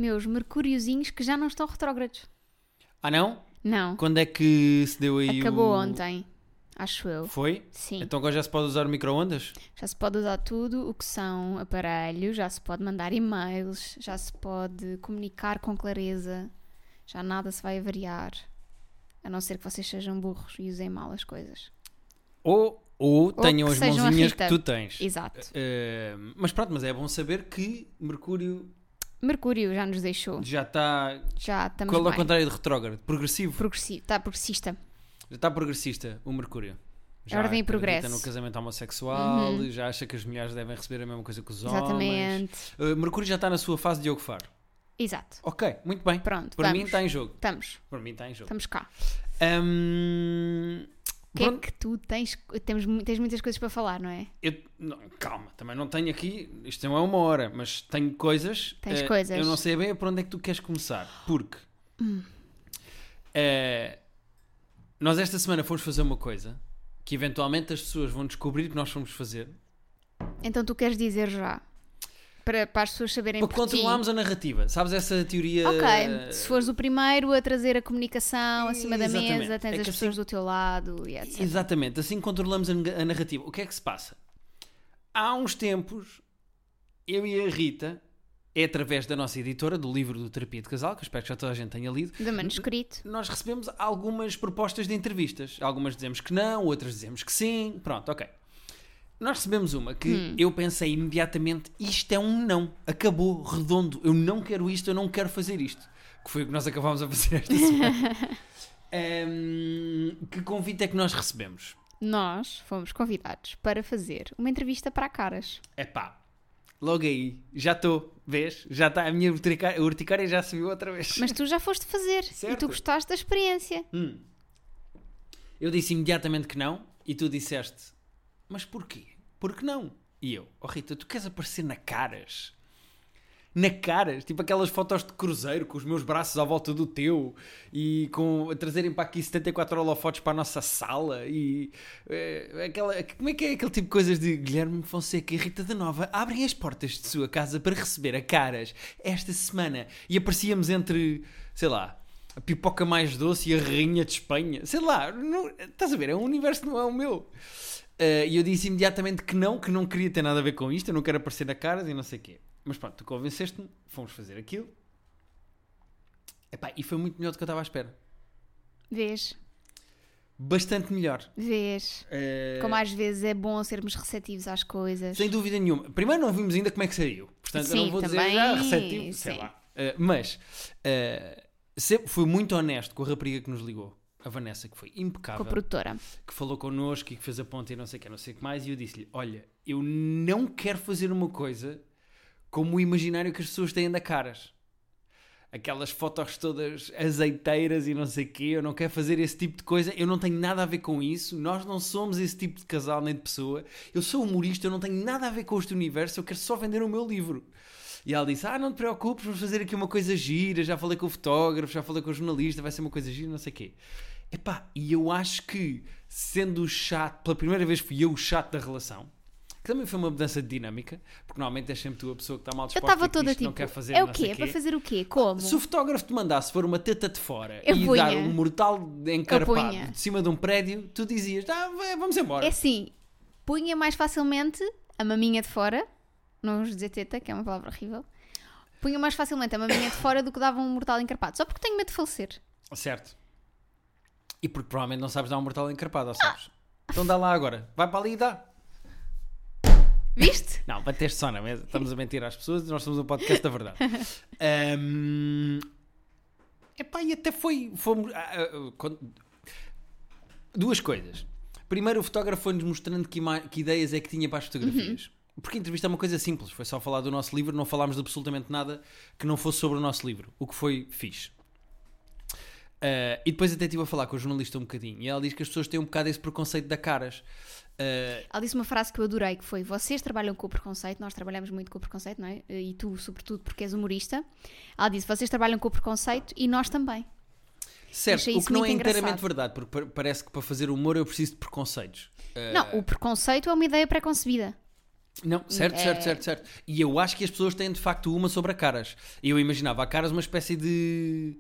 meus mercúriozinhos que já não estão retrógrados. Ah, não? Não. Quando é que se deu aí Acabou ontem, acho eu. Foi? Sim. Então agora já se pode usar o micro-ondas? Já se pode usar tudo o que são aparelhos, já se pode mandar e-mails, já se pode comunicar com clareza, já nada se vai avariar, a não ser que vocês sejam burros e usem mal as coisas. Ou tenham que as sejam a mãozinhas Rita. que tu tens. Exato. Mas pronto, mas é bom saber que Mercúrio Mercúrio já nos deixou. já está... Já estamos Qual é o bem. contrário de retrógrado? Progressivo? Está progressista. Já está progressista o Mercúrio. Já Ordem e acredita progresso. no casamento homossexual, já acha que as mulheres devem receber a mesma coisa que os Exatamente. homens. Mercúrio já está na sua fase de Diogo Faro. Exato. Ok, muito bem. Pronto, Para mim vamos. está em jogo. Estamos. Para mim está em jogo. Estamos cá. O que é Pronto. que tu tens? Tens muitas coisas para falar, não é? Calma, também não tenho aqui, isto não é uma hora, mas tenho coisas. Tens coisas. Eu não sei bem por onde é que tu queres começar, porque nós esta semana fomos fazer uma coisa que eventualmente as pessoas vão descobrir que nós fomos fazer Então tu queres dizer já? Para as pessoas saberem para por controlarmos ti. a narrativa. Sabes essa teoria? Ok, se fores o primeiro a trazer a comunicação acima da Exatamente. mesa, tens É que as pessoas do teu lado e etc. Exatamente, assim controlamos a narrativa. O que é que se passa? Há uns tempos, eu e a Rita, é através da nossa editora, do livro do Terapia de Casal, que eu espero que já toda a gente tenha lido, De manuscrito. nós recebemos algumas propostas de entrevistas. Algumas dizemos que não, outras dizemos que sim. Pronto, ok. Nós recebemos uma que eu pensei imediatamente, isto é um não. Acabou, redondo. Eu não quero isto, eu não quero fazer isto. Que foi o que nós acabámos a fazer esta semana. Que convite é que nós recebemos? Nós fomos convidados para fazer uma entrevista para a Caras. Epá, logo aí, já estou, vês? Já está, a minha urticária já subiu outra vez. Mas tu já foste fazer e Certo. tu gostaste da experiência. Eu disse imediatamente que não e tu disseste, mas porquê? Porque não? E eu, Rita, tu queres aparecer na Caras? Na Caras? Tipo aquelas fotos de cruzeiro com os meus braços à volta do teu e a trazerem para aqui 74 holofotes para a nossa sala e como é que é aquele tipo de coisas de Guilherme Fonseca e Rita da Nova abrem as portas de sua casa para receber a Caras esta semana e aparecíamos entre, sei lá, a pipoca mais doce e a rainha de Espanha, sei lá, não, estás a ver, é um universo que não é o meu. E eu disse imediatamente que não queria ter nada a ver com isto, eu não quero aparecer na Caras e não sei o quê. Mas pronto, tu convenceste-me, fomos fazer aquilo. Epá, e foi muito melhor do que eu estava à espera. Vês? Bastante melhor. Vês? Como às vezes é bom sermos receptivos às coisas. Sem dúvida nenhuma. Primeiro não vimos ainda como é que saiu. Portanto, eu Sim, não vou dizer também, já receptivo, sei sim. lá. Mas fui muito honesto com a rapariga que nos ligou. A Vanessa, que foi impecável. Com a produtora. Que falou connosco e que fez a ponte e não sei o que, não sei o que mais. E eu disse-lhe, olha, eu não quero fazer uma coisa como o imaginário que as pessoas têm da Caras. Aquelas fotos todas azeiteiras e não sei o quê. Eu não quero fazer esse tipo de coisa. Eu não tenho nada a ver com isso. Nós não somos esse tipo de casal nem de pessoa. Eu sou humorista, eu não tenho nada a ver com este universo. Eu quero só vender o meu livro. E ela disse, não te preocupes, vamos fazer aqui uma coisa gira. Já falei com o fotógrafo, já falei com o jornalista. Vai ser uma coisa gira, não sei o quê. Epá, e eu acho que, sendo o chato, pela primeira vez fui eu o chato da relação, que também foi uma mudança de dinâmica, porque normalmente és sempre tu a pessoa que está mal Eu disposta estava e que toda diz que tipo, não quer fazer, é o não quê? sei É para quê. fazer o quê? Como? Se o fotógrafo te mandasse for uma teta de fora Eu e punha. dar um mortal encarpado punha. de cima de um prédio, tu dizias, vamos embora. É assim, punha mais facilmente a maminha de fora, não vamos dizer teta, que é uma palavra horrível, punha mais facilmente a maminha de fora do que dava um mortal encarpado, só porque tenho medo de falecer. Certo. E porque provavelmente não sabes dar um mortal encarpado, ou sabes? Então dá lá agora. Vai para ali e dá. Viste? Não, bateste só na mesa. Estamos a mentir às pessoas e nós somos um podcast da verdade. Epá, e até fomos... duas coisas. Primeiro, o fotógrafo foi-nos mostrando que ideias é que tinha para as fotografias. Porque a entrevista é uma coisa simples. Foi só falar do nosso livro. Não falámos de absolutamente nada que não fosse sobre o nosso livro. O que foi fixe. E depois até estive a falar com a jornalista um bocadinho. E ela diz que as pessoas têm um bocado esse preconceito da Caras. Ela disse uma frase que eu adorei, que foi: vocês trabalham com o preconceito, nós trabalhamos muito com o preconceito, não é? E tu, sobretudo, porque és humorista. Ela disse: vocês trabalham com o preconceito e nós também. Certo, Achei o isso que não é muito inteiramente engraçado. verdade, porque parece que para fazer humor eu preciso de preconceitos. Não, o preconceito é uma ideia pré-concebida. Não, certo. E eu acho que as pessoas têm de facto uma sobre a Caras. Eu imaginava a Caras uma espécie de...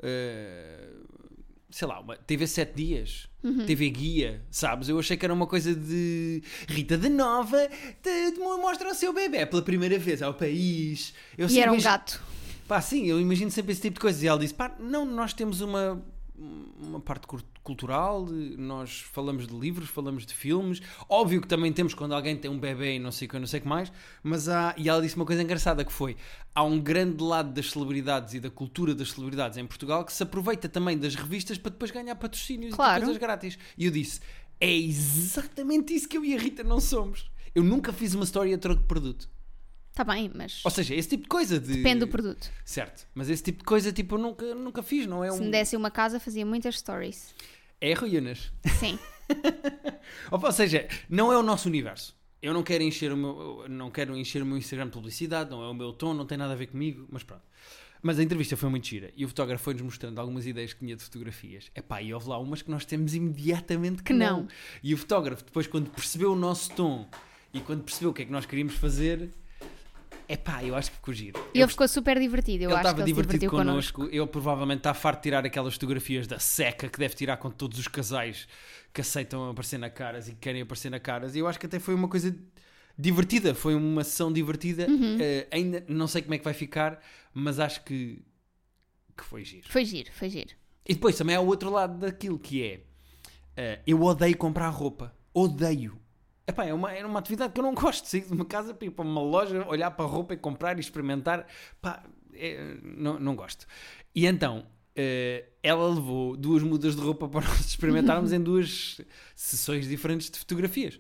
sei lá, uma TV 7 dias, TV Guia, sabes? Eu achei que era uma coisa de Rita de Nova mostra o seu bebê pela primeira vez ao país. E era um gato. Pá, sim, eu imagino sempre esse tipo de coisas. E ela disse, pá, não, nós temos uma parte cultural, nós falamos de livros, falamos de filmes, óbvio que também temos quando alguém tem um bebê e não sei o que mais, mas e ela disse uma coisa engraçada que foi, há um grande lado das celebridades e da cultura das celebridades em Portugal que se aproveita também das revistas para depois ganhar patrocínios e coisas grátis. E eu disse, é exatamente isso que eu e a Rita não somos. Eu nunca fiz uma história a troco de produto. Está bem, mas... Ou seja, esse tipo de coisa de... Depende do produto. Certo, mas esse tipo de coisa tipo, eu nunca fiz, não é? Se me desse uma casa, fazia muitas stories. É ruínas. Sim. Ou seja, não é o nosso universo. Eu não quero encher o meu Instagram de publicidade, não é o meu tom, não tem nada a ver comigo, mas pronto. Mas a entrevista foi muito gira e o fotógrafo foi-nos mostrando algumas ideias que tinha de fotografias. Epá, e houve lá umas que nós temos imediatamente que não. E o fotógrafo, depois, quando percebeu o nosso tom e quando percebeu o que é que nós queríamos fazer... Epá, eu acho que ficou giro. E ele ficou super divertido. Ele estava divertido connosco. Ele provavelmente está farto de tirar aquelas fotografias da seca que deve tirar com todos os casais que aceitam aparecer na Caras e que querem aparecer na Caras. E eu acho que até foi uma coisa divertida. Foi uma sessão divertida. Ainda não sei como é que vai ficar, mas acho que foi giro. Foi giro. E depois também há o outro lado daquilo que é... eu odeio comprar roupa. Odeio. Epá, é uma atividade que eu não gosto de sair de uma casa para ir para uma loja, olhar para a roupa e comprar e experimentar. Pá, não gosto. E então, ela levou 2 mudas de roupa para nós experimentarmos em 2 sessões diferentes de fotografias.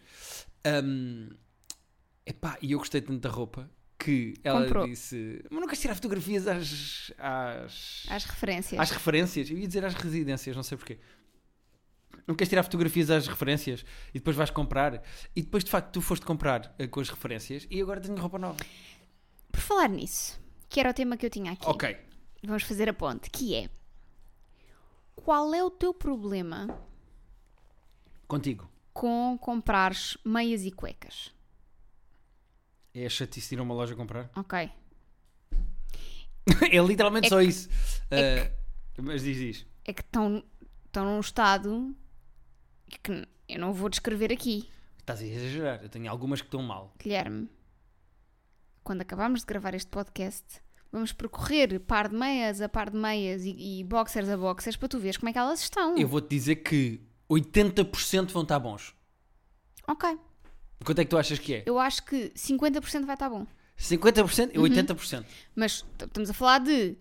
Epá, e eu gostei tanto da roupa que ela disse, mas não queres tirar fotografias às referências. Às referências? Eu ia dizer às residências, não sei porquê. Não queres tirar fotografias às referências e depois vais comprar e depois de facto tu foste comprar com as referências e agora tenho roupa nova. Por falar nisso, que era o tema que eu tinha aqui. Ok. Vamos fazer a ponte, que é: qual é o teu problema contigo com comprares meias e cuecas? É chatice ir a uma loja comprar? Ok. É literalmente só isso. Mas diz. É que estão num estado que eu não vou descrever aqui. Estás a exagerar. Eu tenho algumas que estão mal. Guilherme, quando acabarmos de gravar este podcast, vamos percorrer par de meias a par de meias e boxers a boxers para tu veres como é que elas estão. Eu vou-te dizer que 80% vão estar bons. Ok. Quanto é que tu achas que é? Eu acho que 50% vai estar bom. 50% e 80%. Mas estamos a falar de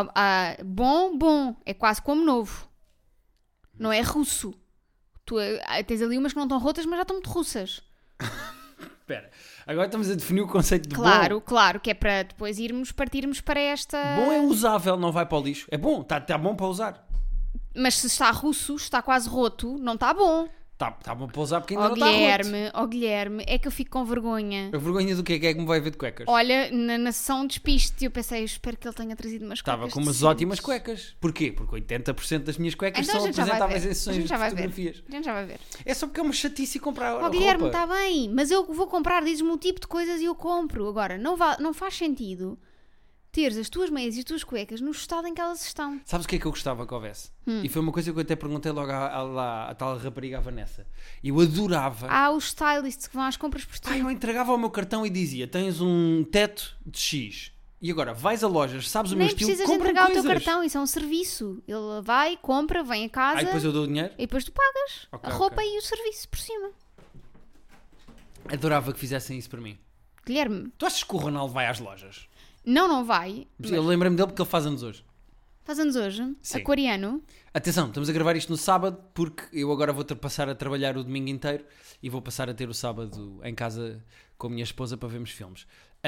bom, é quase como novo. Não é russo. Tu tens ali umas que não estão rotas, mas já estão muito russas. Espera, agora estamos a definir o conceito de bom. Claro, que é para depois partirmos para esta... Bom é usável, não vai para o lixo. É bom, está bom para usar. Mas se está russo, está quase roto, não está bom. Está bom para usar porque ainda não está roto. Guilherme, é que eu fico com vergonha. A vergonha do quê? Quem é que me vai ver de cuecas? Olha, na sessão de despiste, eu pensei, espero que ele tenha trazido umas cuecas. Estava com umas ótimas cuecas. Porquê? Porque 80% das minhas cuecas então, são apresentáveis em sessões de fotografias. A gente já vai ver. É só porque é uma chatice comprar roupa. Guilherme, está bem, mas eu vou comprar, dizes-me o tipo de coisas e eu compro. Agora, não faz sentido teres as tuas meias e as tuas cuecas no estado em que elas estão. Sabes o que é que eu gostava que houvesse? E foi uma coisa que eu até perguntei logo à tal rapariga, a Vanessa. Eu adorava. Os stylists que vão às compras por ti. Eu entregava o meu cartão e dizia, tens um teto de X. E agora, vais a lojas, sabes o meu estilo, compra coisas. Nem precisas entregar o teu cartão, isso é um serviço. Ele vai, compra, vem a casa. Depois eu dou o dinheiro. E depois tu pagas a roupa e o serviço por cima. Adorava que fizessem isso para mim. Guilherme. Tu achas que o Ronaldo vai às lojas? Não vai. Eu lembrei-me dele porque ele faz anos hoje. Faz anos hoje? Sim. Aquariano? Atenção, estamos a gravar isto no sábado porque eu agora vou passar a trabalhar o domingo inteiro e vou passar a ter o sábado em casa com a minha esposa para vermos filmes.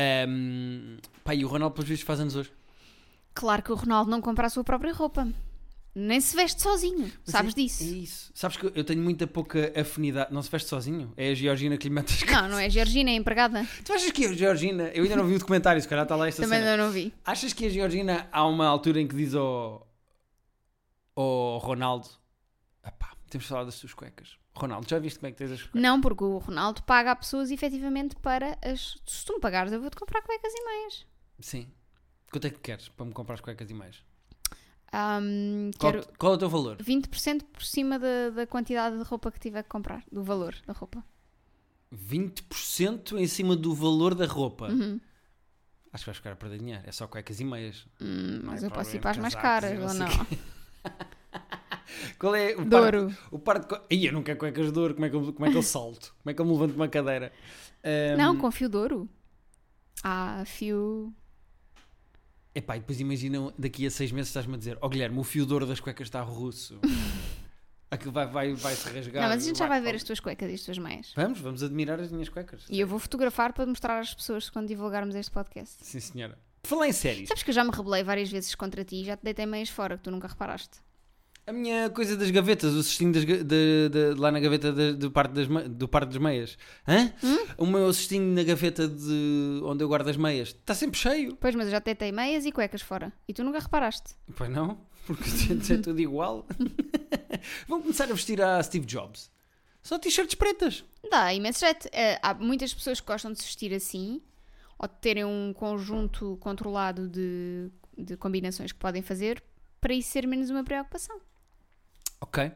E o Ronaldo, pelos vistos, faz anos hoje. Claro que o Ronaldo não compra a sua própria roupa. Nem se veste sozinho, sabes disso? É isso. Sabes que eu tenho muita pouca afinidade. Não se veste sozinho? É a Georgina que lhe mete as coisas. Não é a Georgina, é a empregada. Tu achas que a Georgina... Eu ainda não vi o documentário, se calhar está lá esta Também cena. Também não vi. Achas que a Georgina, há uma altura em que diz ao Ronaldo: temos de falar das tuas cuecas. Ronaldo, já viste como é que tens as cuecas? Não, porque o Ronaldo paga a pessoas efetivamente para as... Se tu me pagares, eu vou-te comprar cuecas e meias. Sim. Quanto é que queres para me comprar as cuecas e meias? Quero Qual é o teu valor? 20% por cima da quantidade de roupa que tiver que comprar. Do valor da roupa. 20% em cima do valor da roupa? Uhum. Acho que vais ficar a perder dinheiro. É só cuecas e meias. Mas é eu posso ir provavelmente para as mais casacos caras, e ou sei não? o quê. Qual é o De ouro. O par de... Ih, eu não quero cuecas de ouro. Como é que eu salto? Como é que eu me levanto de uma cadeira? Não, com fio de ouro. Fio... Epá, e depois imagina daqui a 6 meses estás-me a dizer: ó Guilherme, o fio de ouro das cuecas está russo. Aquilo vai se rasgar. Não, mas a gente já vai ver as tuas cuecas e as tuas meias. Vamos admirar as minhas cuecas. E eu vou fotografar para mostrar às pessoas quando divulgarmos este podcast. Sim, senhora. Por falar em séries, Sabes que eu já me rebelei várias vezes contra ti e já te deitei meias fora, que tu nunca reparaste. a minha coisa das gavetas, o cestinho lá na gaveta do par das meias. Hã? O meu cestinho na gaveta onde eu guardo as meias está sempre cheio. Pois, mas eu já te deitei meias e cuecas fora. E tu nunca reparaste. Pois não, porque é tudo igual. Vão começar a vestir a Steve Jobs. Só t-shirts pretas. Dá imenso jeito. Há muitas pessoas que gostam de se vestir assim, ou de terem um conjunto controlado de combinações que podem fazer, para isso ser menos uma preocupação. Ok.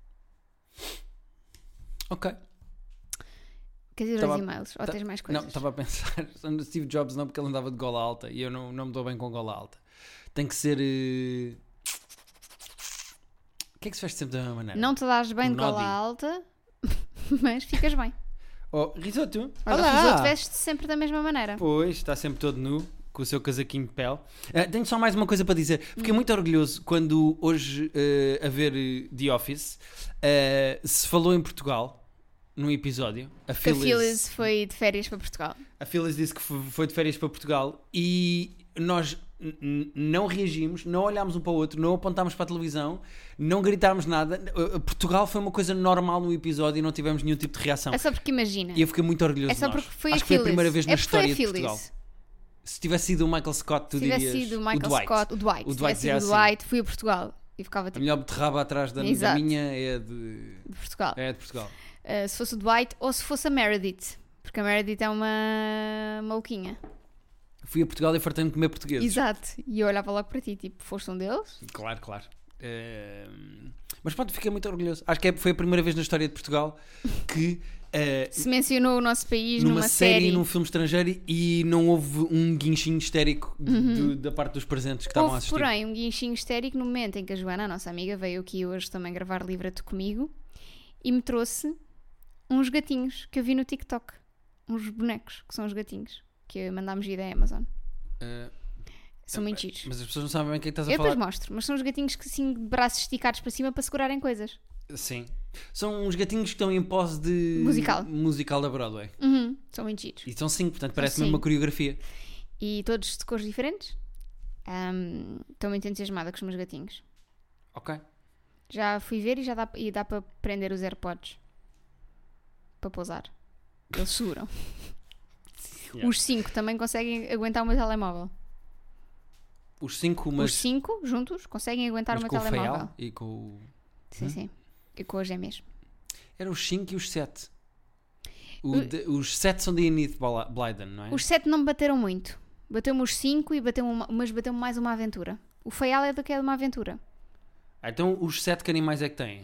Quer dizer, Tava- os e-mails, ou tens mais coisas? Não, estava a pensar. No Steve Jobs não, porque ele andava de gola alta e eu não me dou bem com gola alta. Tem que ser. O que é que se veste sempre da mesma maneira? Não te dás bem Um de gola nodi. alta, mas ficas bem. Oh, risoto. Olha, o risoto veste sempre da mesma maneira. Pois, está sempre todo nu, com o seu casaquinho de pele. Tenho só mais uma coisa para dizer. Fiquei muito orgulhoso quando hoje, a ver The Office, se falou em Portugal, num episódio. A Phyllis foi de férias para Portugal. A Phyllis disse que foi de férias para Portugal e nós não reagimos, não olhámos um para o outro, não apontámos para a televisão, não gritámos nada. Portugal foi uma coisa normal no episódio e não tivemos nenhum tipo de reação. É só porque imagina. E eu fiquei muito orgulhoso É só de nós. porque foi Acho a que foi a Phyllis. primeira vez na Porque foi a história de Phyllis. Portugal. Se tivesse sido o Michael Scott, tu Se dirias tivesse sido o Michael Dwight. Scott, o Dwight. O Se Dwight tivesse dizia sido o assim, Dwight, fui a Portugal. E ficava a tipo melhor beterraba atrás da Exato. minha é de Portugal. Portugal. Se fosse o Dwight ou se fosse a Meredith. Porque a Meredith é uma maluquinha. Fui a Portugal e fartei-me de comer portugueses. Exato. E eu olhava logo para ti, tipo, foste um deles? Claro. Mas pronto, fiquei muito orgulhoso. Acho que foi a primeira vez na história de Portugal que Se mencionou o nosso país numa numa série e série. num filme estrangeiro e não houve um guinchinho histérico da parte dos presentes que estavam a Houve, assistir. porém, um guinchinho histérico no momento em que a Joana, a nossa amiga, veio aqui hoje também gravar Livra-te comigo e me trouxe uns gatinhos que eu vi no TikTok. Uns bonecos, que são os gatinhos, que mandámos vir da Amazon. São muito giros. Mas as pessoas não sabem bem o que é que estás a Eu falar. depois mostro, mas são os gatinhos que assim, de braços esticados para cima para segurarem coisas. Sim. São uns gatinhos que estão em pose de musical da Broadway. São muito giros. E são 5, portanto parece cinco. mesmo uma coreografia. E todos de cores diferentes. Estou muito entusiasmada com os meus gatinhos. Ok. Já fui ver e dá para prender os AirPods. Para pousar. Eles seguram. Yeah. Os 5 também conseguem aguentar o meu telemóvel. Os 5, Os mas, 5 juntos conseguem aguentar o mas meu com o telemóvel. Feial e com o... Sim, sim. E com as gêmeas. Eram os 5 e os 7. Os 7 são de Enid Blyden, não é? Os 7 não me bateram muito. Bateu-me os 5 mas bateu-me mais uma aventura. O Feial é do que é de uma aventura. Então os 7 que animais é que têm?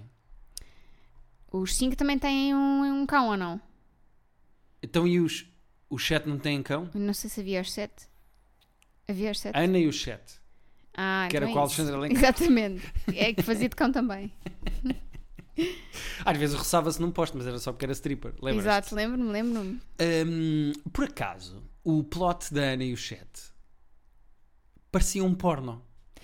Os 5 também têm um cão ou não? Então e os 7 não têm cão? Eu não sei se havia os 7. Havia os 7? Ana e os 7. Que era então com o é Alexandre isso. Alencar. Exatamente. É que fazia de cão também. Às vezes roçava-se num poste, mas era só porque era stripper. Lembras-te? Exato, lembro-me. Por acaso, o plot da Ana e os 7 parecia um porno.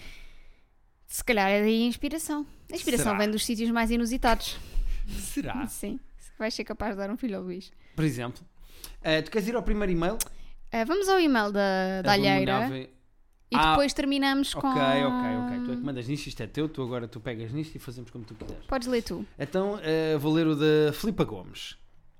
Se calhar é daí a inspiração. A inspiração Será? vem dos sítios mais inusitados. Será? Sim. Vais ser capaz de dar um filho ao Luís. Por exemplo. Tu queres ir ao primeiro e-mail? Vamos ao e-mail da Alheira Abominável. e depois terminamos com... Ok. Tu é que mandas nisto, isto é teu, agora tu pegas nisto e fazemos como tu quiseres. Podes ler tu. Então vou ler o da Filipa Gomes.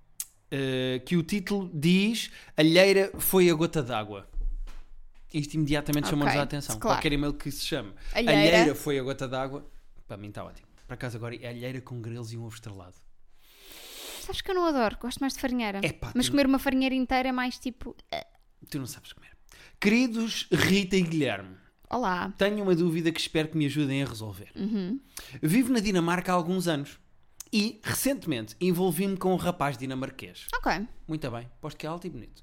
Que o título diz: Alheira foi a gota d'água. Isto imediatamente chamou-nos a atenção. Claro. Qualquer e-mail que se chame Alheira foi a gota d'água, para mim está ótimo. Por acaso agora é alheira com grelos e um ovo estrelado. sabes que eu não adoro, gosto mais de farinheira. Epá, Mas tu- comer uma farinheira inteira é mais tipo... Tu não sabes comer. Queridos Rita e Guilherme, Olá. tenho uma dúvida que espero que me ajudem a resolver. Uhum. Vivo na Dinamarca há alguns anos e, recentemente, envolvi-me com um rapaz dinamarquês. Ok. Muito bem, posto que é alto e bonito.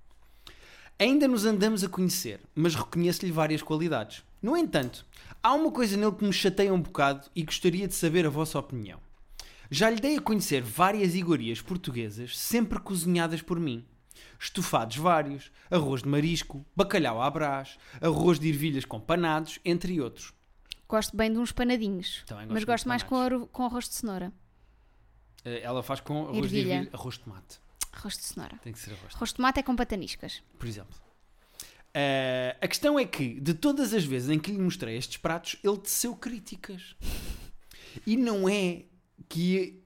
Ainda nos andamos a conhecer, mas reconheço-lhe várias qualidades. No entanto, há uma coisa nele que me chateia um bocado e gostaria de saber a vossa opinião. Já lhe dei a conhecer várias iguarias portuguesas, sempre cozinhadas por mim. Estofados vários, arroz de marisco, bacalhau à brás, arroz de ervilhas com panados, entre outros. Gosto bem de uns panadinhos. Também gosto Mas de gosto mais panados. com arroz de cenoura. Ela faz com arroz Ervilha. de ervilha, arroz de tomate. Arroz de cenoura. Tem que ser arroz de Arroz de tomate é com pataniscas. por exemplo. A questão é que, de todas as vezes em que lhe mostrei estes pratos, ele teceu críticas. E não é que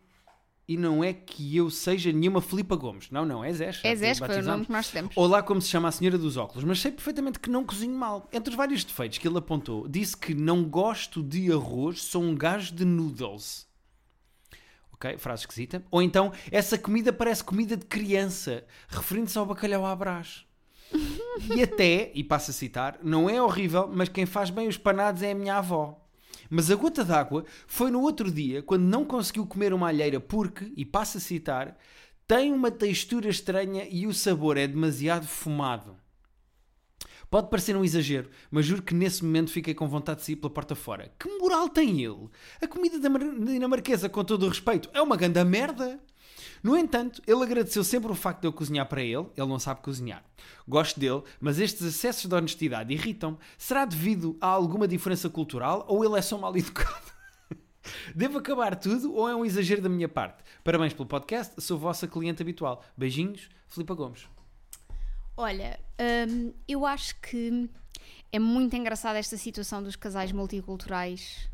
eu seja nenhuma Filipa Gomes. Não, é Zé. É Zé, que foi o nome que nós temos. Ou lá como se chama a senhora dos óculos. Mas sei perfeitamente que não cozinho mal. Entre os vários defeitos que ele apontou, disse que não gosto de arroz, sou um gajo de noodles. Ok, frase esquisita. Ou então, essa comida parece comida de criança, referindo-se ao bacalhau à brás. E até, e passo a citar, não é horrível, mas quem faz bem os panados é a minha avó. Mas a gota d'água foi no outro dia, quando não conseguiu comer uma alheira porque, e passo a citar, tem uma textura estranha e o sabor é demasiado fumado. Pode parecer um exagero, mas juro que nesse momento fiquei com vontade de sair pela porta fora. Que moral tem ele? A comida dinamarquesa, com todo o respeito, é uma ganda merda. No entanto, ele agradeceu sempre o facto de eu cozinhar para ele. Ele não sabe cozinhar. Gosto dele, mas estes excessos de honestidade irritam-me. Será devido a alguma diferença cultural ou ele é só mal educado? Devo acabar tudo ou é um exagero da minha parte? Parabéns pelo podcast, sou vossa cliente habitual. Beijinhos, Filipa Gomes. Olha, eu acho que é muito engraçada esta situação dos casais multiculturais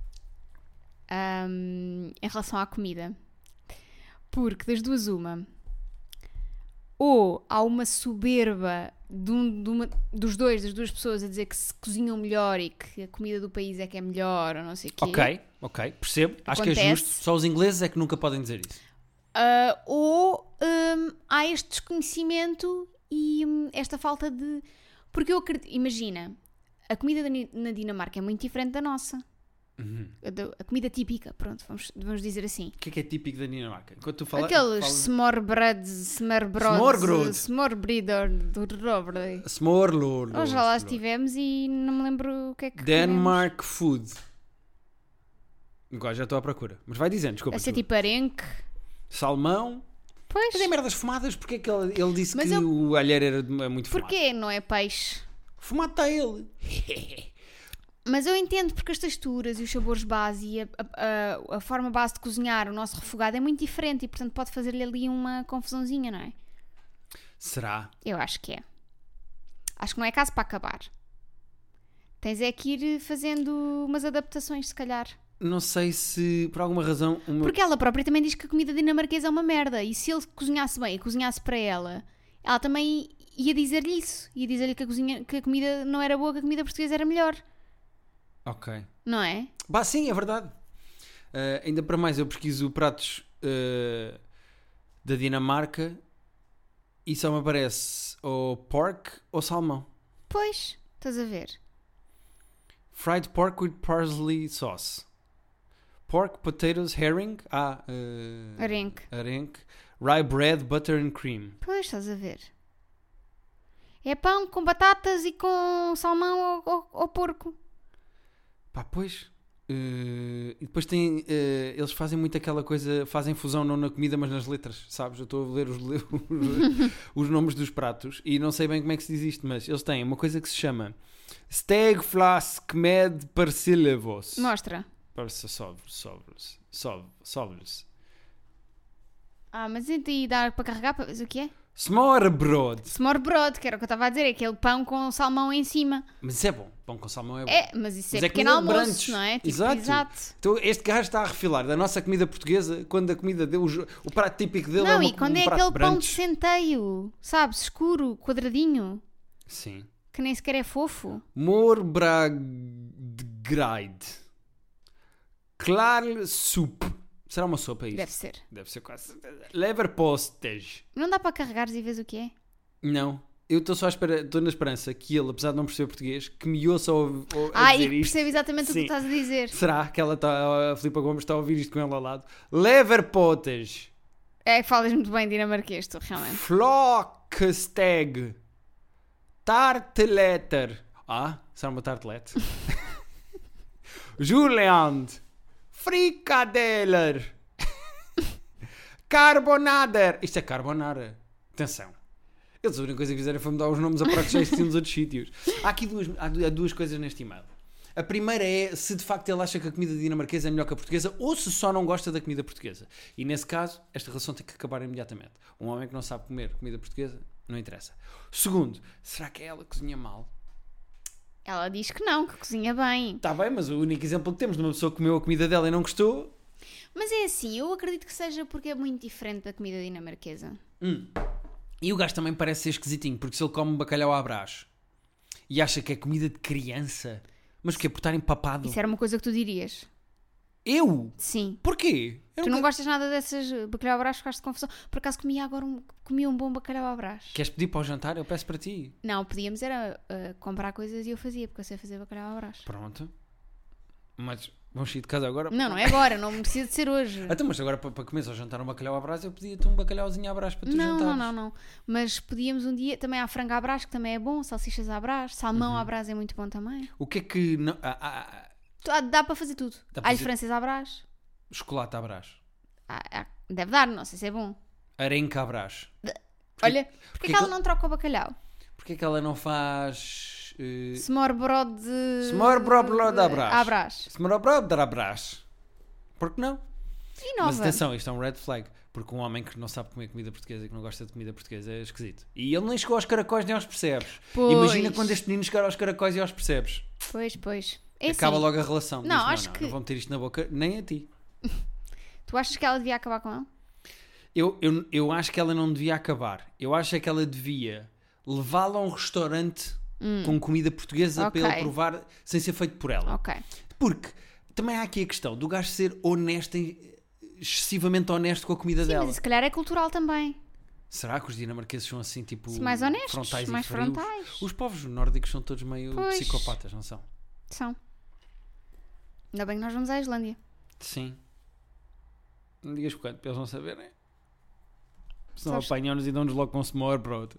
em relação à comida. Porque das duas uma, ou há uma soberba das duas pessoas a dizer que se cozinham melhor e que a comida do país é que é melhor ou não sei o quê. Ok, percebo. Acho que é Acontece. justo. Só os ingleses é que nunca podem dizer isso. Ou há este desconhecimento e esta falta de... Porque eu acredito... Imagina, a comida na Dinamarca é muito diferente da nossa. A comida típica, pronto, vamos dizer assim. O que é típico da Dinamarca? Enquanto tu falas... Aqueles smørbrød, Smørlord. Nós já lá estivemos e não me lembro o que é que Denmark food. Agora já estou à procura. Mas vai dizendo, desculpa. comemos. A ser tipo arenque. Salmão. Pois. Mas é merdas fumadas. Porque é que ele disse Mas que o alheiro era muito fumado? Porquê não é peixe? Fumado está ele. Mas eu entendo porque as texturas e os sabores base e a forma base de cozinhar o nosso refogado é muito diferente e portanto pode fazer-lhe ali uma confusãozinha, não é? Será? Eu acho que é. Acho que não é caso para acabar. Tens é que ir fazendo umas adaptações, se calhar. Não sei se por alguma razão... Porque ela própria também diz que a comida dinamarquesa é uma merda. E se ele cozinhasse bem e cozinhasse para ela também ia dizer-lhe isso. Ia dizer-lhe que a comida não era boa, que a comida portuguesa era melhor. Ok. Não é? Bah, sim, é verdade. Ainda para mais, eu pesquiso pratos da Dinamarca e só me aparece ou pork ou salmão. Pois, estás a ver. Fried pork with parsley sauce. Pork, potatoes, herring. Arenque. Rye bread, butter and cream. Pois, estás a ver. É pão com batatas e com salmão ou porco. Pá, pois. E depois tem. Eles fazem muito aquela coisa. Fazem fusão não na comida, mas nas letras. Sabes? Eu estou a ler os nomes dos pratos e não sei bem como é que se diz isto, mas eles têm uma coisa que se chama Steg Flask Med Persilevos. Mostra. Sobres. Mas e dá para carregar para ver o que é? Smørbrød. Smørbrød, que era o que eu estava a dizer, é aquele pão com salmão em cima. Mas isso é bom. Pão com salmão é bom. Mas isso Mas é é pequeno comida de almoço, brunch. não é? Tipo, Exato. Então este gajo está a refilar da nossa comida portuguesa quando a comida dele, o prato típico dele Não, é e quando um é prato aquele pão de brunch. centeio, sabes? Escuro, quadradinho, Sim. que nem sequer é fofo. Morbragreid. Klar soup. Será uma sopa isto? Deve ser. Deve ser quase. Leverpostage. Não dá para carregares e vês o que é? Não. Eu estou só à espera, estou na esperança que ele, apesar de não perceber português, que me ouça a dizer E isto. percebe exatamente o que Sim. tu estás a dizer. Será que ela está, a Filipa Gomes está a ouvir isto com ela ao lado? Leverpostage. É que falas muito bem dinamarquês, tu, realmente. Flocksteg. Tarteletter. Será uma tartelete? Juliand. Frikadeler. Carbonader. Isto é carbonara. Atenção. Eles a única coisa que fizeram foi mudar os nomes a pratos que já existiam nos outros sítios. Há duas coisas neste e-mail. A primeira é se de facto ele acha que a comida dinamarquesa é melhor que a portuguesa ou se só não gosta da comida portuguesa. E nesse caso, esta relação tem que acabar imediatamente. Um homem que não sabe comer comida portuguesa, não interessa. Segundo, será que é ela que cozinha mal? Ela diz que não, que cozinha bem. Está bem, mas o único exemplo que temos de uma pessoa que comeu a comida dela e não gostou... Mas é assim, eu acredito que seja porque é muito diferente da comida dinamarquesa. E o gajo também parece ser esquisitinho, porque se ele come um bacalhau à Brás e acha que é comida de criança, mas que é por estar empapado... Isso era uma coisa que tu dirias. Eu? Sim. Porquê? Eu Tu nunca- não gostas nada dessas bacalhau à Brás, ficaste de confusão. Por acaso comia um bom bacalhau à Brás. Queres pedir para o jantar? Eu peço para ti. Não, podíamos era comprar coisas e eu fazia, porque eu sei fazer bacalhau à Brás. Pronto. Mas vamos sair de casa agora? Não é agora, não precisa de ser hoje. Então, mas agora para comeres ao jantar um bacalhau à Brás, eu pedia-te um bacalhauzinho à Brás para tu jantares. Não. Mas podíamos um dia, também há frango à Brás, que também é bom, salsichas à Brás, salmão à Brás é muito bom também. O que é que... Não... Dá para fazer tudo. Dá para Alho fazer- francês à Brás. Chocolate à Brás. Deve dar, não sei se é bom. Arenca à Brás. Olha, porque porque que ela que- não troca o bacalhau? Porquê é que ela não faz... Smorbrod Smorbrod à Brás. à Brás. Smorbrod à Brás. Por que não? E nova. Mas atenção, isto é um red flag. Porque um homem que não sabe comer comida portuguesa e que não gosta de comida portuguesa é esquisito. E ele nem chegou aos caracóis nem aos percebes. Pois. Imagina quando este menino chegar aos caracóis e aos percebes. Pois. É Acaba assim, logo a relação. Não, Diz, acho que- não vão meter isto na boca nem a ti. tu achas que ela devia acabar com ele? Eu acho que ela não devia acabar. Eu acho é que ela devia levá-la a um restaurante com comida portuguesa Ok. para ele provar sem ser feito por ela. Ok. Porque também há aqui a questão do gajo ser honesto, excessivamente honesto com a comida Sim, dela. mas isso se calhar é cultural também. Será que os dinamarqueses são assim, tipo, Sim, mais honestos, frontais mais e frios? frontais. Os povos nórdicos são todos meio Pois. psicopatas, não são? São. Ainda bem que nós vamos à Islândia. Sim. Não digas quanto, para eles não saberem. Senão Sabes- apanham-nos e dão-nos logo com smor, pronto.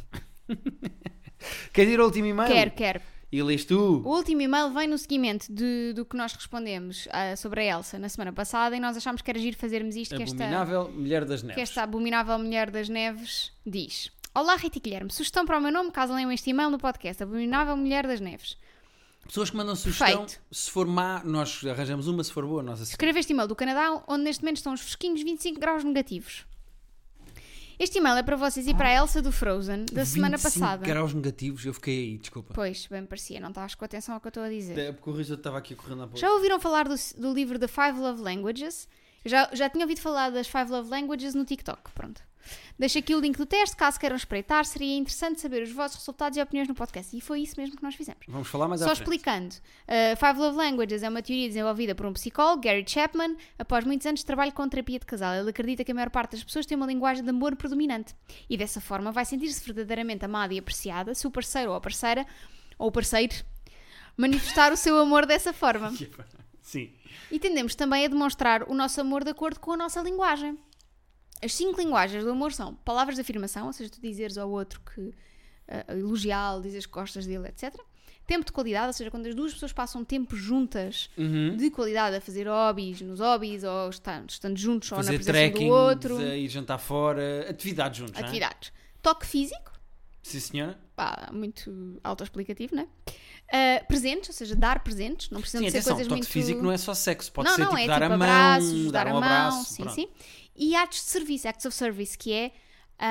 Queres ir ao último e-mail? Quero. E lês tu? O último e-mail vem no seguimento do que nós respondemos sobre a Elsa na semana passada e nós achámos que era giro fazermos isto que Abominável Mulher das que Neves. esta abominável mulher das neves diz. Olá, Rita e Guilherme. Sugestão para o meu nome, caso leiam este e-mail no podcast. Abominável Mulher das Neves. Pessoas que mandam sugestão, Perfeito. se for má, nós arranjamos uma, se for boa, nós aceitamos. Escreve este e-mail do Canadá, onde neste momento estão os fresquinhos 25 graus negativos. Este e-mail é para vocês e para a Elsa do Frozen, da semana 25 passada. graus negativos, eu fiquei aí, desculpa. Pois, bem me parecia, não estavas com atenção ao que eu estou a dizer. É porque o Rui já estava aqui correndo à porta. Já ouviram falar do livro The Five Love Languages? Eu já tinha ouvido falar das Five Love Languages no TikTok, pronto. Deixo aqui o link do teste, caso queiram espreitar, seria interessante saber os vossos resultados e opiniões no podcast. E foi isso mesmo que nós fizemos. Vamos falar mais Só à frente. explicando, Five Love Languages é uma teoria desenvolvida por um psicólogo, Gary Chapman, após muitos anos de trabalho com terapia de casal. Ele acredita que a maior parte das pessoas tem uma linguagem de amor predominante e dessa forma vai sentir-se verdadeiramente amada e apreciada se o parceiro ou a parceira, ou o parceiro, manifestar o seu amor dessa forma. Sim. E tendemos também a demonstrar o nosso amor de acordo com a nossa linguagem. As 5 linguagens do amor são palavras de afirmação, ou seja, tu dizeres ao outro que elogiá-lo, dizeres que gostas dele, etc. Tempo de qualidade, ou seja, quando as duas pessoas passam tempo juntas de qualidade a fazer hobbies, nos hobbies, ou estando juntos, ou na Fazer presença trekking, do outro. de ir jantar fora, atividades juntos, não é? Atividades. Toque físico, Sim, senhora. pá, muito autoexplicativo, não é? Presentes, ou seja, dar presentes, não precisam Sim, de ser atenção, coisas toque muito... físico não é só sexo, pode não, ser não, tipo é dar tipo a mão, abraços, dar dar um a mão, abraço, sim, pronto. sim. E atos de serviço, acts of service, que é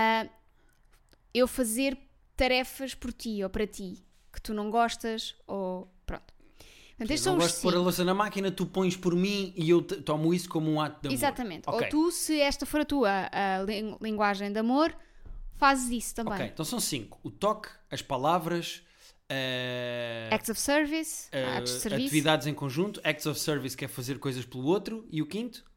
eu fazer tarefas por ti ou para ti, que tu não gostas, ou pronto. Portanto, estes Eu são não os gosto de pôr a 5. louça na máquina, tu pões por mim e eu tomo isso como um ato de amor. Exatamente. Ok. Ou tu, se esta for a tua linguagem de amor, fazes isso também. Ok, então são 5. O toque, as palavras, Acts of service, atos de serviço. atividades em conjunto, acts of service, que é fazer coisas pelo outro, e o quinto?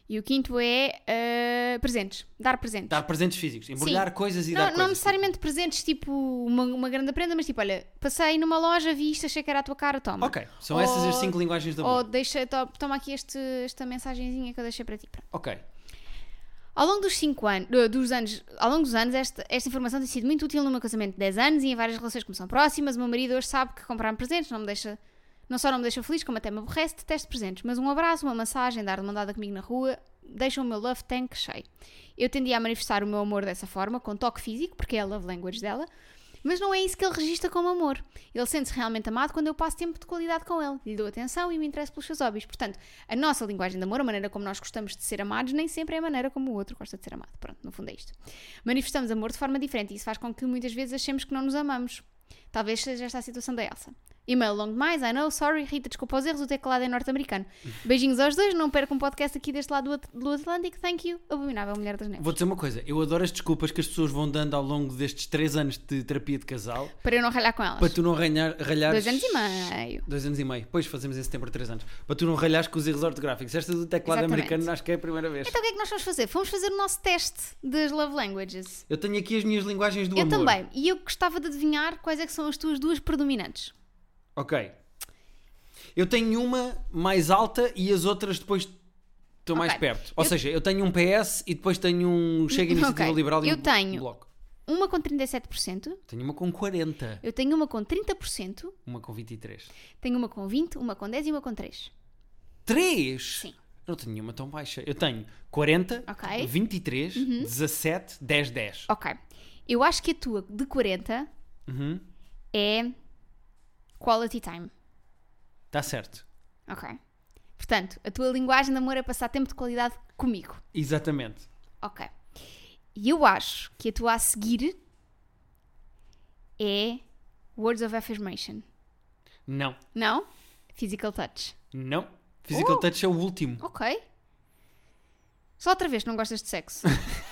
E o quinto é presentes. Dar presentes. Dar presentes físicos. Embrulhar coisas e dar coisas. Não necessariamente presentes, tipo uma grande prenda, mas tipo, olha, passei numa loja, vi isto, achei que era a tua cara, toma. Ok, são essas as 5 linguagens do amor. Ou toma aqui esta mensagenzinha que eu deixei para ti. Pronto. Ok. Ao longo dos anos, esta informação tem sido muito útil no meu casamento de 10 anos e em várias relações que me são próximas. O meu marido hoje sabe que comprar-me presentes não só não me deixa feliz, como até me aborrece, detesto presentes. Mas um abraço, uma massagem, dar uma andada comigo na rua, deixam o meu love tank cheio. Eu tendia a manifestar o meu amor dessa forma, com toque físico, porque é a love language dela, mas não é isso que ele registra como amor. Ele sente-se realmente amado quando eu passo tempo de qualidade com ele, lhe dou atenção e me interesso pelos seus hobbies. Portanto, a nossa linguagem de amor, a maneira como nós gostamos de ser amados, nem sempre é a maneira como o outro gosta de ser amado. Pronto, no fundo é isto. Manifestamos amor de forma diferente e isso faz com que muitas vezes achemos que não nos amamos. Talvez seja esta a situação da Elsa. E-mail longo demais, I know, sorry, Rita, desculpa os erros, o teclado é norte-americano. Beijinhos aos dois, não percam um podcast aqui deste lado do Atlântico, thank you, Abominável Mulher das Neves. Vou dizer uma coisa, eu adoro as desculpas que as pessoas vão dando ao longo destes 3 anos de terapia de casal. Para eu não ralhar com elas. Para tu não ralhares... 2 anos e meio. 2 anos e meio, depois fazemos em setembro 3 anos. Para tu não ralhares com os erros ortográficos. Esta do teclado americano acho que é a primeira vez. Então o que é que nós vamos fazer? Vamos fazer o nosso teste das love languages. Eu tenho aqui as minhas linguagens do amor. Eu também, e eu gostava de adivinhar quais é que são as tuas duas predominantes. Ok. Eu tenho uma mais alta e as outras depois estão mais perto. Ou seja, eu tenho um PS e depois tenho um Chega Iniciativa Liberal e um Bloco. Uma com 37%. Tenho uma com 40%. Eu tenho uma com 30%. Uma com 23%. Tenho uma com 20%, uma com 10% e uma com 3%. 3? Sim. Eu não tenho nenhuma tão baixa. Eu tenho 40, 23, 17, 10, 10. Ok. Eu acho que a tua de 40 é quality time. Está certo. Ok. Portanto, a tua linguagem de amor é passar tempo de qualidade comigo. Exatamente. Ok. E eu acho que a tua a seguir é words of affirmation. Não. Não? Physical touch. Não. Physical touch é o último. Ok. Só outra vez que não gostas de sexo.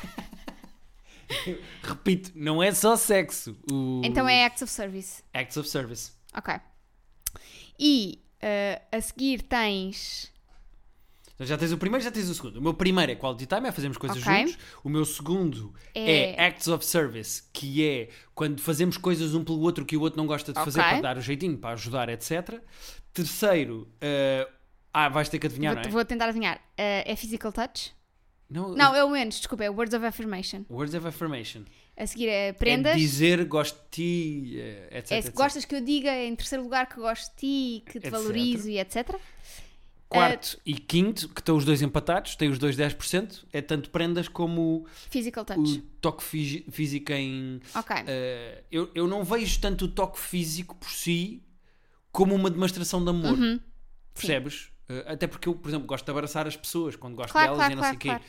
Repito, não é só sexo. Então é acts of service. Acts of service. Ok. E a seguir tens... Então já tens o primeiro, já tens o segundo. O meu primeiro é quality time, é fazermos coisas juntos. O meu segundo é acts of service, que é quando fazemos coisas um pelo outro que o outro não gosta de fazer para dar o jeitinho, para ajudar, etc. Terceiro, vais ter que adivinhar, não é? Vou tentar adivinhar. É physical touch? Não, é o menos, desculpa, é words of affirmation. Words of affirmation. A seguir é prendas. É dizer gosto de ti, etc. É se gostas que eu diga em terceiro lugar que gosto de ti, que te valorizo e etc. Quarto e quinto, que estão os dois empatados, têm os dois 10%, é tanto prendas como physical touch. O toque físico em... Ok. Eu não vejo tanto o toque físico por si como uma demonstração de amor. Percebes? Até porque eu, por exemplo, gosto de abraçar as pessoas quando gosto delas e não sei o quê.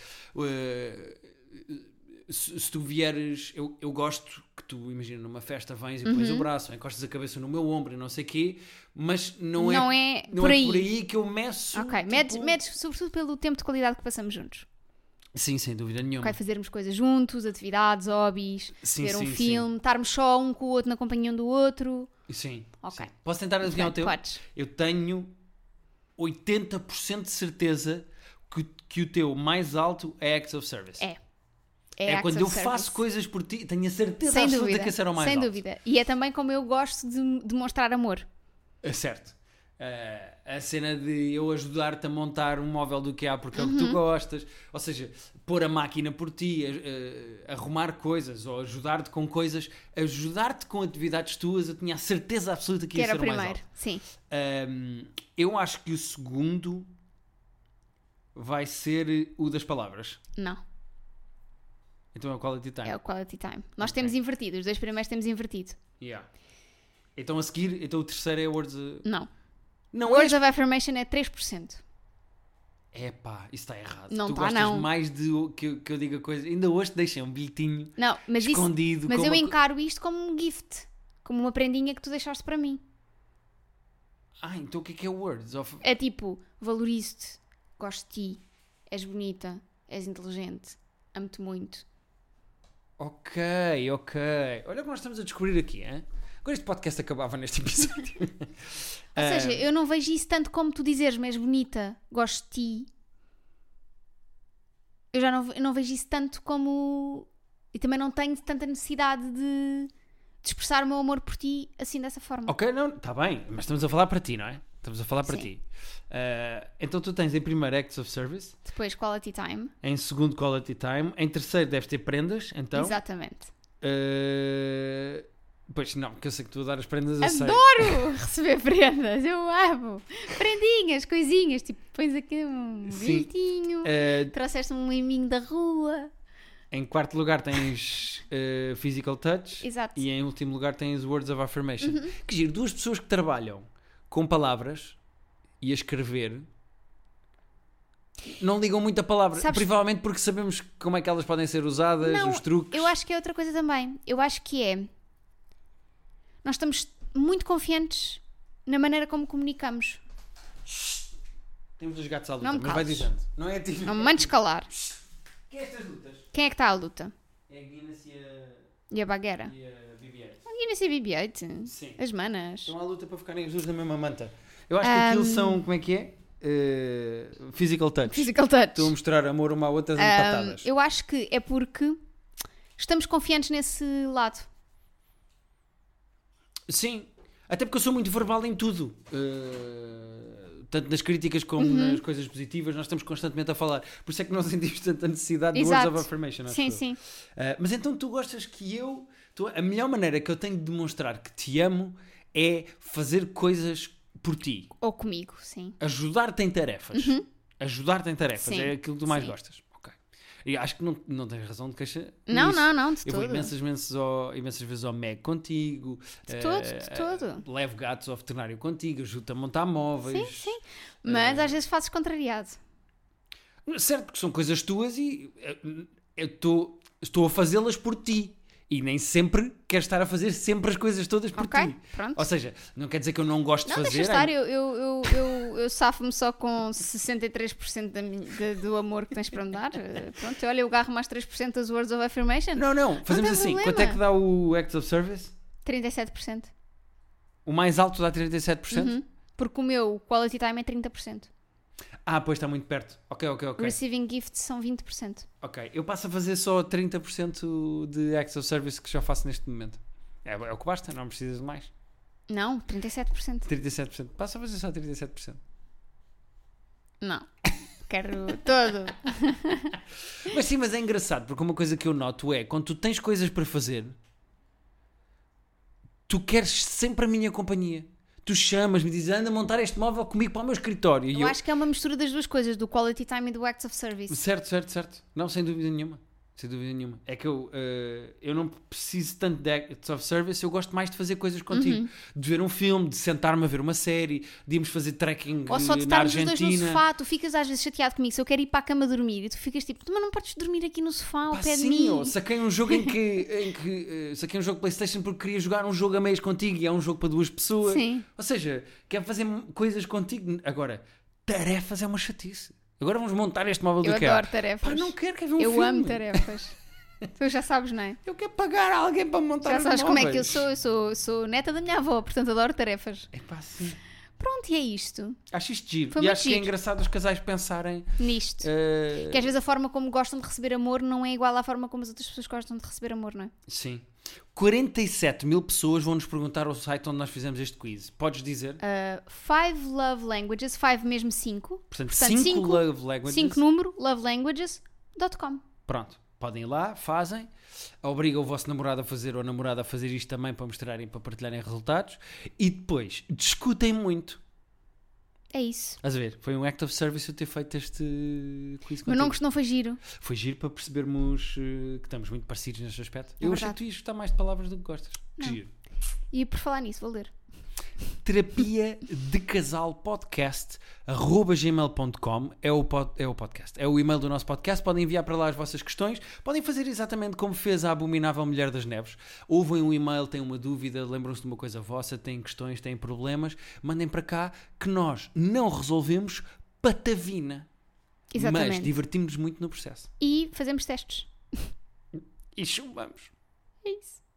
Se tu vieres, eu gosto que tu, imagina, numa festa vens e pões o braço, encostas a cabeça no meu ombro e não sei o quê, mas não é por aí que eu meço. Ok, tipo... medes sobretudo pelo tempo de qualidade que passamos juntos. Sim, sem dúvida nenhuma. Ok, fazermos coisas juntos, atividades, hobbies, ver um filme, estarmos só um com o outro na companhia um do outro. Sim. Ok. Sim. Posso tentar adivinhar o teu? Podes. Eu tenho 80% de certeza que o teu mais alto é acts of service. É quando eu faço coisas por ti, tenho a certeza absoluta que esse era o mais alto. Sem dúvida. E é também como eu gosto de demonstrar amor. É certo. A cena de eu ajudar-te a montar um móvel do que há porque é o que tu gostas. Ou seja, pôr a máquina por ti, arrumar coisas ou ajudar-te com coisas, ajudar-te com atividades tuas, eu tinha a certeza absoluta que ia ser o mais alto. Sim. Eu acho que o segundo vai ser o das palavras. Não. Então é o quality time. É o quality time. Nós temos invertido. Os dois primeiros temos invertido. Yeah. Então a seguir, então o terceiro é words... Não. Não words of affirmation é 3%. Epá, isso está errado. Não tu está, gostas não. mais de que eu diga coisas... Ainda hoje te deixei um bilhetinho escondido. Mas eu encaro isto como um gift. Como uma prendinha que tu deixaste para mim. Então o que é words of... É tipo, valorizo-te, gosto de ti, és bonita, és inteligente, amo-te muito. Ok. Olha o que nós estamos a descobrir aqui, hein? Agora este podcast acabava neste episódio. Ou seja, eu não vejo isso tanto como tu dizeres, mas és bonita, gosto de ti. eu já não vejo isso tanto como... E também não tenho tanta necessidade de expressar o meu amor por ti assim dessa forma. Ok, não, está bem, mas estamos a falar para ti, não é? Estamos a falar para ti. Então tu tens em primeiro Acts of Service, Depois Quality Time. em segundo Quality Time, em terceiro deves ter prendas, então. Exatamente. Pois não, porque eu sei que tu a dar as prendas, eu sei. Adoro receber prendas, eu amo. Prendinhas, coisinhas, tipo, pões aqui um Sim. bilhetinho, trouxeste-me um miminho da rua. Em quarto lugar tens Physical Touch. Exato. E em último lugar tens Words of Affirmation. Que giro, duas pessoas que trabalham com palavras e a escrever não ligam muito a palavra. Sabes- Provavelmente porque sabemos como é que elas podem ser usadas, Não, os truques. eu acho que é outra coisa também. Eu acho que é... Nós estamos muito confiantes na maneira como comunicamos. Temos os gatos à luta, Não me mas vai cales. dizendo. Não é tipo... Não me mandes calar. Que é estas lutas? Quem é que está à luta? É a Guinness E a bagueira? e a BB-8. Ninguém nem sei BB-8. Sim. As manas. Estão à luta para ficarem os dois na mesma manta. Eu acho que aquilo são, como é que é? Physical touch. Physical touch. Estão a mostrar amor uma à outra dando patadas. Eu acho que é porque estamos confiantes nesse lado. Sim, até porque eu sou muito verbal em tudo. Tanto nas críticas como nas coisas positivas, nós estamos constantemente a falar. Por isso é que não sentimos tanta necessidade de Exato. words of affirmation. acho Sim, eu. sim. Mas então tu gostas que eu... a melhor maneira que eu tenho de demonstrar que te amo é fazer coisas por ti. Ou comigo, sim. Ajudar-te em tarefas. Ajudar-te em tarefas. Sim, É aquilo que tu mais sim. gostas. Ok. E acho que não tens razão de queixa Não, nisso. não, de Eu vou todo. imensas vezes ao MEG contigo. De todo. Levo gatos ao veterinário contigo. Ajudo-te a montar móveis. Sim, sim. Mas às vezes fazes contrariado. Certo, porque são coisas tuas e eu estou a fazê-las por ti. E nem sempre quero estar a fazer sempre as coisas todas por Ok, ti. pronto. Ou seja, não quer dizer que eu não gosto Não, de fazer. deixa estar. Eu safo-me só com 63% do amor que tens para me dar. Pronto, olha, eu agarro mais 3% das Words of Affirmation. Não. Fazemos tem assim. problema. Quanto é que dá o Acts of Service? 37%. O mais alto dá 37%? Porque o meu Quality Time é 30%. Ah, pois está muito perto. Ok. Receiving Gifts são 20%. Ok, eu passo a fazer só 30% de Acts of Service que já faço neste momento. É o que basta, não precisas de mais. Não, 37%. 37%. Passo a fazer só 37%. Não. Quero todo. Mas é engraçado, porque uma coisa que eu noto é, quando tu tens coisas para fazer, tu queres sempre a minha companhia. Tu chamas-me e dizes, anda a montar este móvel comigo para o meu escritório. E Eu acho que é uma mistura das duas coisas, do Quality Time e do Acts of Service. Certo. Não, sem dúvida nenhuma. É que eu não preciso tanto de Acts of Service, eu gosto mais de fazer coisas contigo. De ver um filme, de sentar-me a ver uma série, de irmos fazer trekking Ou só de na estarmos os dois no Argentina. sofá, tu ficas às vezes chateado comigo, se eu quero ir para a cama dormir, e tu ficas tipo, mas não podes dormir aqui no sofá ao Pá, pé de sim, mim. eu saquei um jogo saquei um jogo PlayStation porque queria jogar um jogo a meias contigo e é um jogo para duas pessoas. Sim. Ou seja, quero fazer coisas contigo. Agora, tarefas é uma chatice. Agora vamos montar este móvel do Eu IKEA. adoro tarefas. Pá, não quero ver um Eu filme. amo tarefas. Tu já sabes, não é? Eu quero pagar alguém para montar Já os sabes como é que eu móveis. sou. Eu sou neta da minha avó, portanto adoro tarefas. É pá, sim. Pronto, e é isto. Acho isto giro. Foi E muito acho que é giro. engraçado os casais pensarem. Nisto. Que às vezes a forma como gostam de receber amor não é igual à forma como as outras pessoas gostam de receber amor, não é? Sim. 47 mil pessoas vão nos perguntar ao site onde nós fizemos este quiz. Podes dizer? 5 love languages, 5 mesmo 5. Portanto, 5 love languages. 5 número, lovelanguages.com. Pronto. Podem ir lá, fazem. Obriga o vosso namorado a fazer ou a namorada a fazer isto também para mostrarem, para partilharem resultados. E depois, discutem muito. É isso. Estás a ver? Foi um act of service eu ter feito este quiz Mas contigo. não foi giro. Foi giro para percebermos que estamos muito parecidos neste aspecto. É Eu achei verdade. que tu ias gostar mais de palavras do que gostas. Que Não. giro. E por falar nisso, vou ler. Terapia de Casal Podcast @gmail.com é o podcast. É o e-mail do nosso podcast. Podem enviar para lá as vossas questões. Podem fazer exatamente como fez a abominável Mulher das Neves. Ouvem um e-mail, têm uma dúvida, lembram-se de uma coisa vossa, têm questões, têm problemas. Mandem para cá que nós não resolvemos patavina. Exatamente. Mas divertimos-nos muito no processo. E fazemos testes. E chumbamos. É isso.